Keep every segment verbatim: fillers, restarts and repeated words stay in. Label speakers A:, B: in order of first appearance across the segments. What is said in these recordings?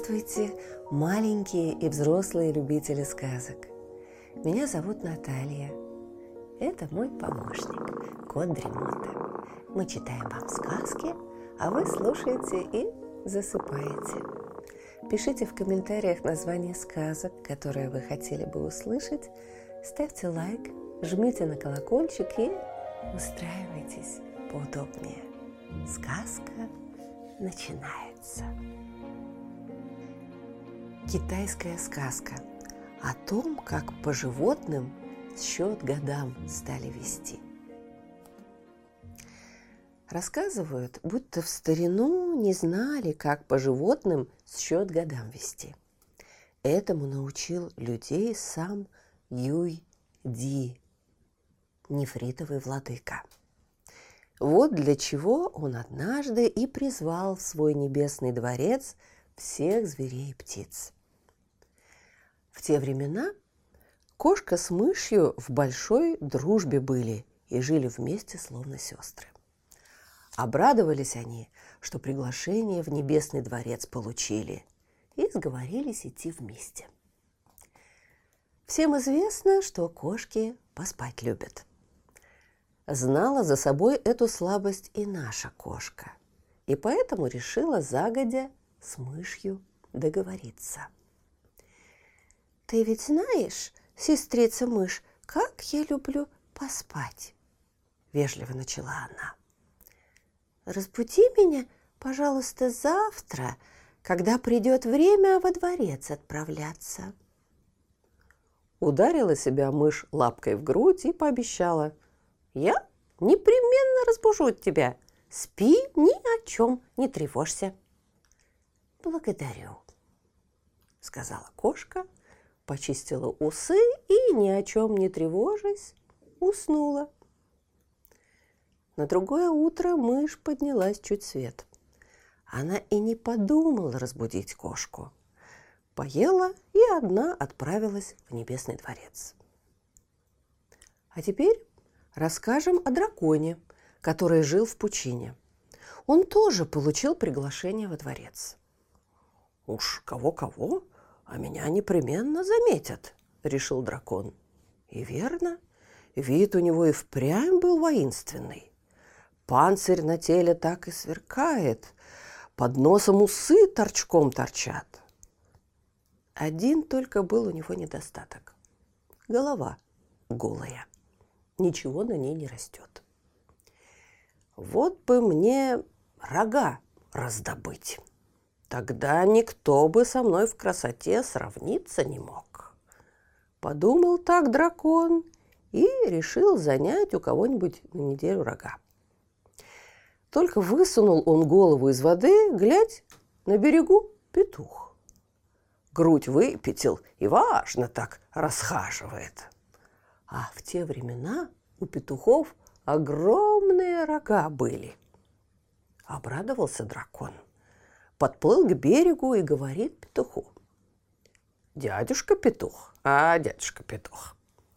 A: Здравствуйте, маленькие и взрослые любители сказок. Меня зовут Наталья. Это мой помощник, кот Дремота. Мы читаем вам сказки, а вы слушаете и засыпаете. Пишите в комментариях названия сказок, которые вы хотели бы услышать. Ставьте лайк, жмите на колокольчик и устраивайтесь поудобнее. Сказка начинается. Китайская сказка о том, как по животным счет годам стали вести. Рассказывают, будто в старину не знали, как по животным счет годам вести. Этому научил людей сам Юй-Ди, нефритовый владыка. Вот для чего он однажды и призвал в свой небесный дворец всех зверей и птиц. В те времена кошка с мышью в большой дружбе были и жили вместе, словно сестры. Обрадовались они, что приглашение в небесный дворец получили, и сговорились идти вместе. Всем известно, что кошки поспать любят. Знала за собой эту слабость и наша кошка, и поэтому решила загодя с мышью договориться. «Ты ведь знаешь, сестрица мышь, как я люблю поспать?» – вежливо начала она. «Разбуди меня, пожалуйста, завтра, когда придет время во дворец отправляться». Ударила себя мышь лапкой в грудь и пообещала: «Я непременно разбужу тебя. Спи, ни о чем не тревожься». «Благодарю», — сказала кошка, почистила усы и, ни о чем не тревожась, уснула. На другое утро мышь поднялась чуть свет. Она и не подумала разбудить кошку. Поела и одна отправилась в небесный дворец. А теперь расскажем о драконе, который жил в пучине. Он тоже получил приглашение во дворец. «Уж кого-кого, а меня непременно заметят», — решил дракон. И верно, вид у него и впрямь был воинственный. Панцирь на теле так и сверкает, под носом усы торчком торчат. Один только был у него недостаток — голова голая. Ничего на ней не растет. «Вот бы мне рога раздобыть. Тогда никто бы со мной в красоте сравниться не мог». Подумал так дракон и решил занять у кого-нибудь на неделю рога. Только высунул он голову из воды, глядь, на берегу петух. Грудь выпятил и важно так расхаживает. А в те времена у петухов огромные рога были. Обрадовался дракон. Подплыл к берегу и говорит петуху: «Дядюшка петух, а дядюшка петух,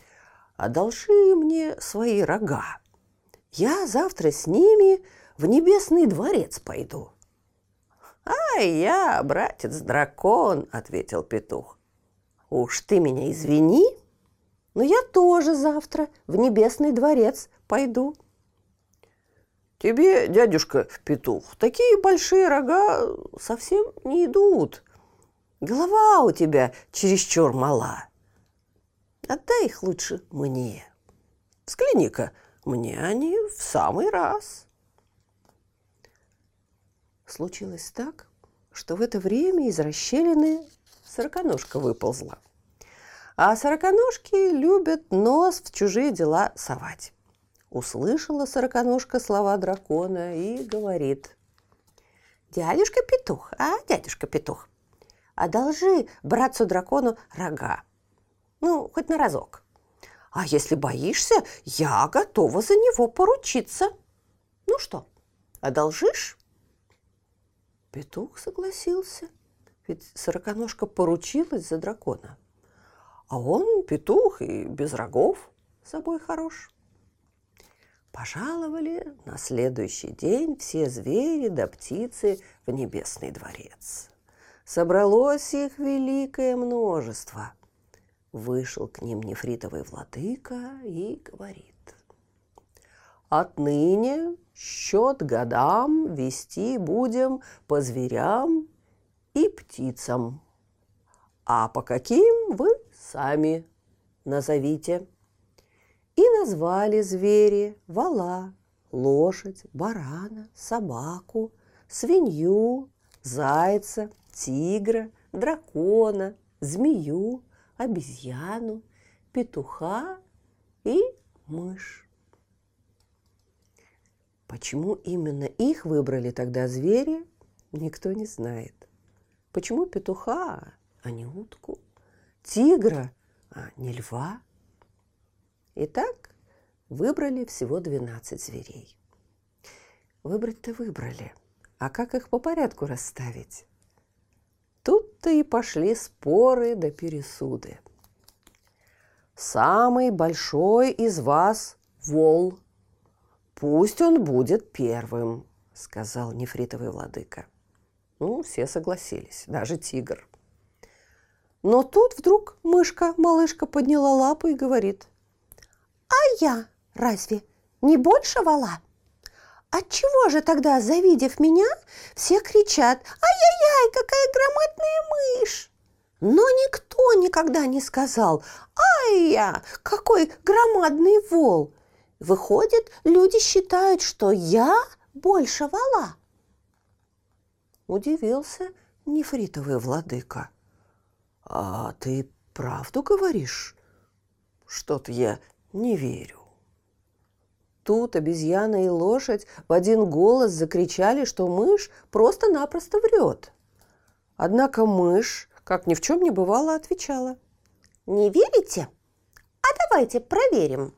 A: одолжи мне свои рога. Я завтра с ними в небесный дворец пойду». «Ай, я, братец дракон», — ответил петух. «Уж ты меня извини, но я тоже завтра в небесный дворец пойду». «Тебе, дядюшка петух, такие большие рога совсем не идут. Голова у тебя чересчур мала. Отдай их лучше мне. Взгляни-ка, мне они в самый раз». Случилось так, что в это время из расщелины сороконожка выползла. А сороконожки любят нос в чужие дела совать. Услышала сороконожка слова дракона и говорит: «Дядюшка петух, а дядюшка петух, одолжи братцу-дракону рога. Ну, хоть на разок. А если боишься, я готова за него поручиться. Ну что, одолжишь?» Петух согласился, ведь сороконожка поручилась за дракона. А он, петух, и без рогов собой хорош. Пожаловали на следующий день все звери да птицы в небесный дворец. Собралось их великое множество. Вышел к ним нефритовый владыка и говорит: отныне счет годам вести будем по зверям и птицам, а по каким вы сами назовите. И назвали звери: вола, лошадь, барана, собаку, свинью, зайца, тигра, дракона, змею, обезьяну, петуха и мышь. Почему именно их выбрали тогда звери, никто не знает. Почему петуха, а не утку, тигра, а не льва? Итак, выбрали всего двенадцать зверей. Выбрать-то выбрали, а как их по порядку расставить? Тут-то и пошли споры да пересуды. Самый большой из вас вол. Пусть он будет первым, сказал нефритовый владыка. Ну, все согласились, даже тигр. Но тут вдруг мышка-малышка подняла лапу и говорит: а я разве не больше вола? Отчего же тогда, завидев меня, все кричат: ай-яй-яй, какая громадная мышь? Но никто никогда не сказал: ай-я, какой громадный вол. Выходит, люди считают, что я больше вола. Удивился нефритовый владыка. А ты правду говоришь? Что-то я не верю. Тут обезьяна и лошадь в один голос закричали, что мышь просто-напросто врет. Однако мышь, как ни в чем не бывало, отвечала: не верите? А давайте проверим.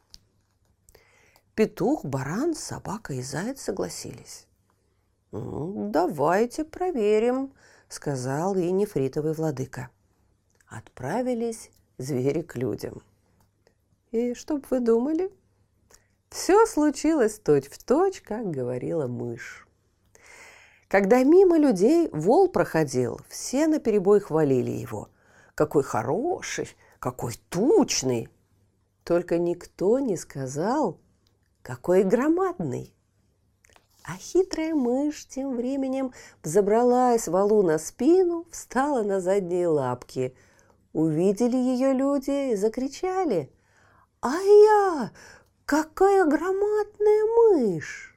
A: Петух, баран, собака и заяц согласились. «Ну, давайте проверим», — сказал и нефритовый владыка. Отправились звери к людям. И что б вы думали? Все случилось точь-в-точь, как говорила мышь. Когда мимо людей вол проходил, все наперебой хвалили его. Какой хороший, какой тучный. Только никто не сказал, какой громадный. А хитрая мышь тем временем взобралась волу на спину, встала на задние лапки. Увидели ее люди и закричали: «Ай-я! Какая громадная мышь!»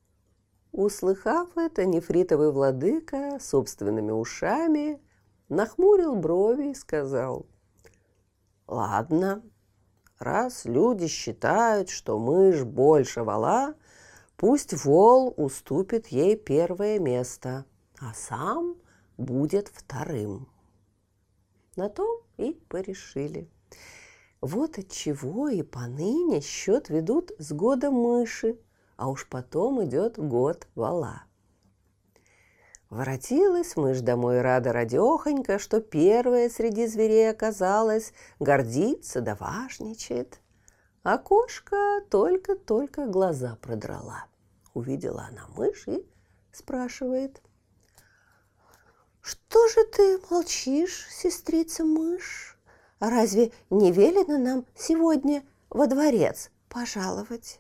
A: Услыхав это, нефритовый владыка собственными ушами нахмурил брови и сказал: «Ладно, раз люди считают, что мышь больше вола, пусть вол уступит ей первое место, а сам будет вторым». На то и порешили. Вот отчего и поныне счет ведут с года мыши, а уж потом идет год вола. Воротилась мышь домой рада-радехонька, что первая среди зверей оказалась, гордится да важничает. А кошка только-только глаза продрала. Увидела она мышь и спрашивает: «Что же ты молчишь, сестрица мышь? Разве не велено нам сегодня во дворец пожаловать?»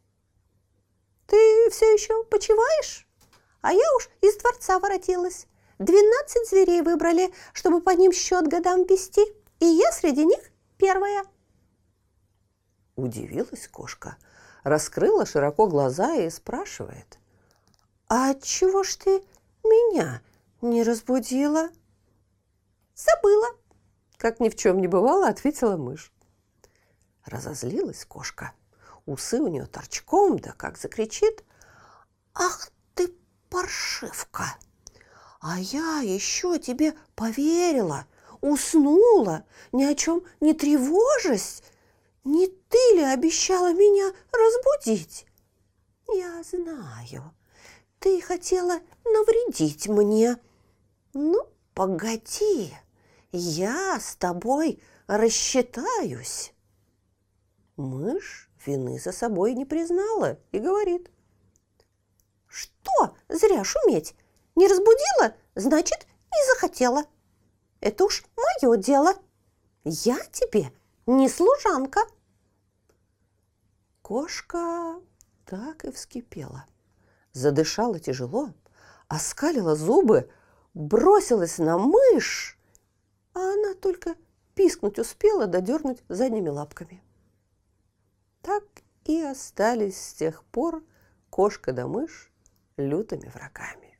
A: «Ты все еще почиваешь? А я уж из дворца воротилась. Двенадцать зверей выбрали, чтобы по ним счет годам вести, и я среди них первая». Удивилась кошка, раскрыла широко глаза и спрашивает: «А чего ж ты меня не разбудила?» «Забыла», — как ни в чем не бывало, ответила мышь. Разозлилась кошка. Усы у нее торчком, да как закричит: «Ах ты, паршивка! А я еще тебе поверила, уснула, ни о чем не тревожась. Не ты ли обещала меня разбудить? Я знаю, ты хотела навредить мне. Ну, погоди, я с тобой рассчитаюсь». Мышь вины за собой не признала и говорит: «Что зря шуметь? Не разбудила, значит, и захотела. Это уж мое дело. Я тебе не служанка. Кошка так и вскипела. Задышала тяжело, оскалила зубы, бросилась на мышь, а она только пискнуть успела, да дернуть задними лапками. Так и остались с тех пор кошка да мышь лютыми врагами.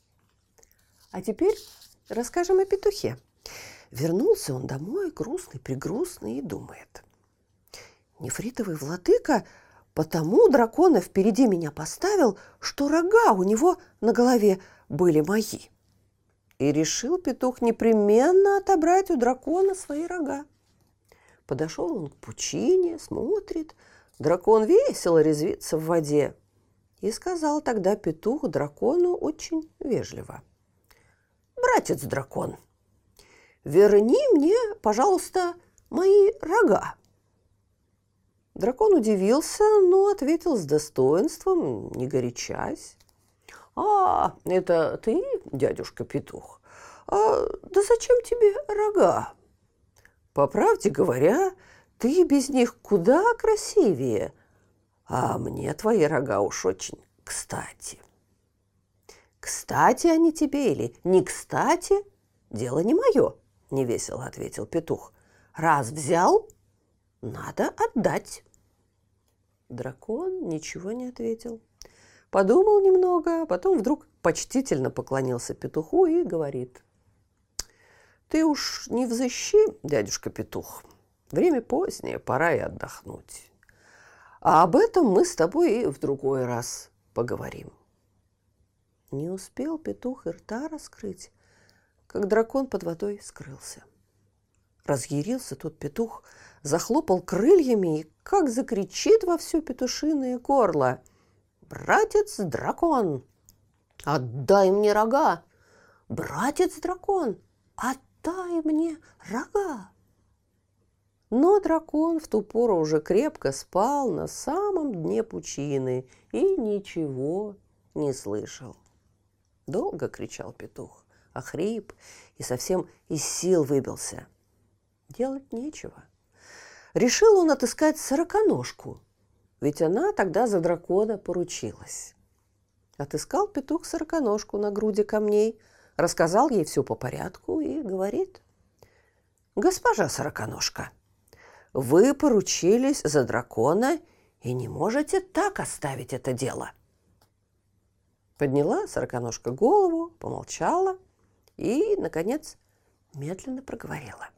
A: А теперь расскажем о петухе. Вернулся он домой грустный-прегрустный и думает: нефритовый владыка потому дракона впереди меня поставил, что рога у него на голове были мои. И решил петух непременно отобрать у дракона свои рога. Подошел он к пучине, смотрит, дракон весело резвится в воде. И сказал тогда петух дракону очень вежливо: «Братец дракон, верни мне, пожалуйста, мои рога». Дракон удивился, но ответил с достоинством, не горячась: «А, это ты, дядюшка петух? А, да зачем тебе рога? По правде говоря, ты без них куда красивее, а мне твои рога уж очень кстати». «Кстати они тебе или не кстати, дело не мое», – невесело ответил петух. «Раз взял, надо отдать». Дракон ничего не ответил. Подумал немного, а потом вдруг почтительно поклонился петуху и говорит: «Ты уж не взыщи, дядюшка петух. Время позднее, пора и отдохнуть. А об этом мы с тобой и в другой раз поговорим». Не успел петух и рта раскрыть, как дракон под водой скрылся. Разъярился тот петух, захлопал крыльями и как закричит во все петушиное горло: «Братец дракон, отдай мне рога! Братец дракон, отдай мне рога!» Но дракон в ту пору уже крепко спал на самом дне пучины и ничего не слышал. Долго кричал петух, охрип и совсем из сил выбился. Делать нечего. Решил он отыскать сороконожку, ведь она тогда за дракона поручилась. Отыскал петух сороконожку на груди камней, рассказал ей все по порядку и говорит: «Госпожа сороконожка, вы поручились за дракона и не можете так оставить это дело». Подняла сороконожка голову, помолчала и, наконец, медленно проговорила: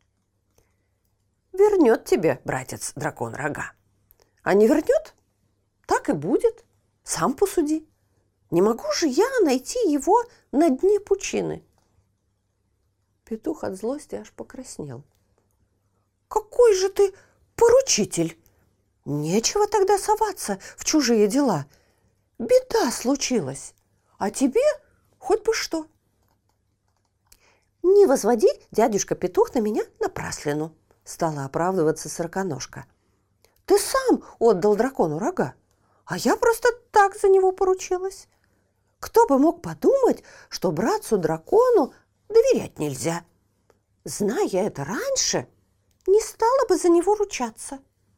A: «Вернет тебе, братец дракон, рога. А не вернет, так и будет. Сам посуди. Не могу же я найти его на дне пучины». Петух от злости аж покраснел. «Какой же ты поручитель! Нечего тогда соваться в чужие дела. Беда случилась, а тебе хоть бы что». «Не возводи, дядюшка петух, на меня напраслину», – стала оправдываться сороконожка. «Ты сам отдал дракону рога, а я просто так за него поручилась. Кто бы мог подумать, что братцу-дракону доверять нельзя. Зная я это раньше, не стала бы за него ручаться».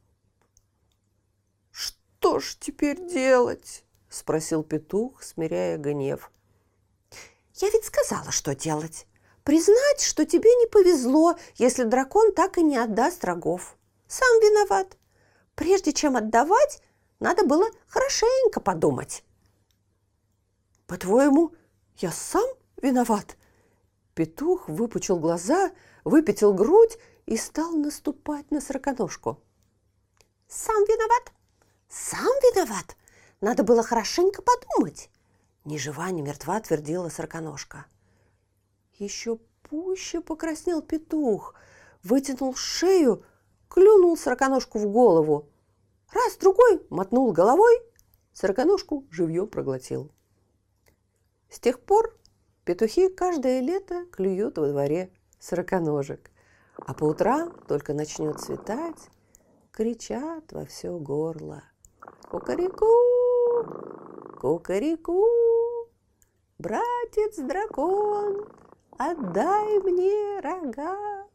A: «Что ж теперь делать?» – спросил петух, смиряя гнев. «Я ведь сказала, что делать. Признать, что тебе не повезло, если дракон так и не отдаст рогов. Сам виноват. Прежде чем отдавать, надо было хорошенько подумать». «По-твоему, я сам виноват?» Петух выпучил глаза, выпятил грудь и стал наступать на сороконожку. «Сам виноват? Сам виноват? Надо было хорошенько подумать», – ни жива, ни мертва твердила сороконожка. Еще пуще покраснел петух, вытянул шею, клюнул сороконожку в голову. Раз, другой мотнул головой, сороконожку живьем проглотил. С тех пор петухи каждое лето клюют во дворе сороконожек, а по утрам, только начнет светать, кричат во все горло: «Кукареку! Кукареку! Братец дракон, отдай мне рога.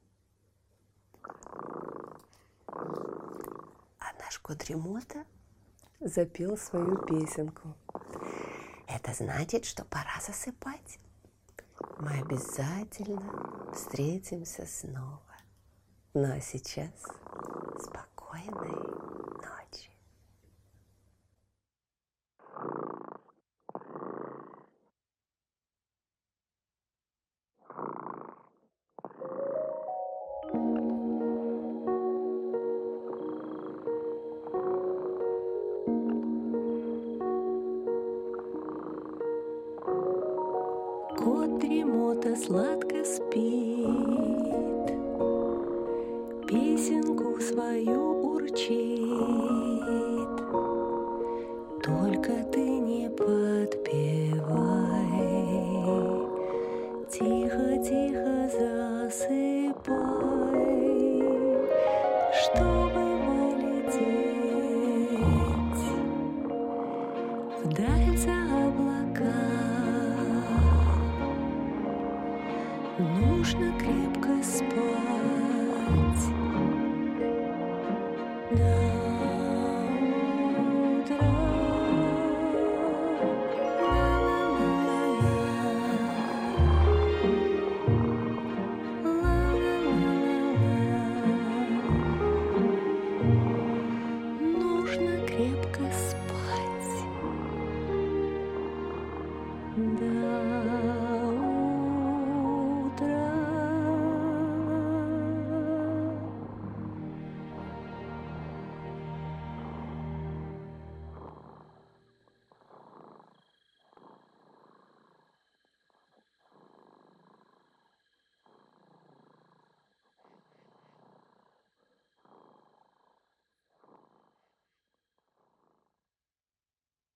A: А наш Кудремота запел свою песенку. Это значит, что пора засыпать. Мы обязательно встретимся снова. Ну а сейчас спокойной ночи.
B: Кудремота сладко спит, песенку свою урчит. Только ты не подпевай, тихо-тихо засыпай, чтобы полететь вдаль за облака. Нужно крепко спать.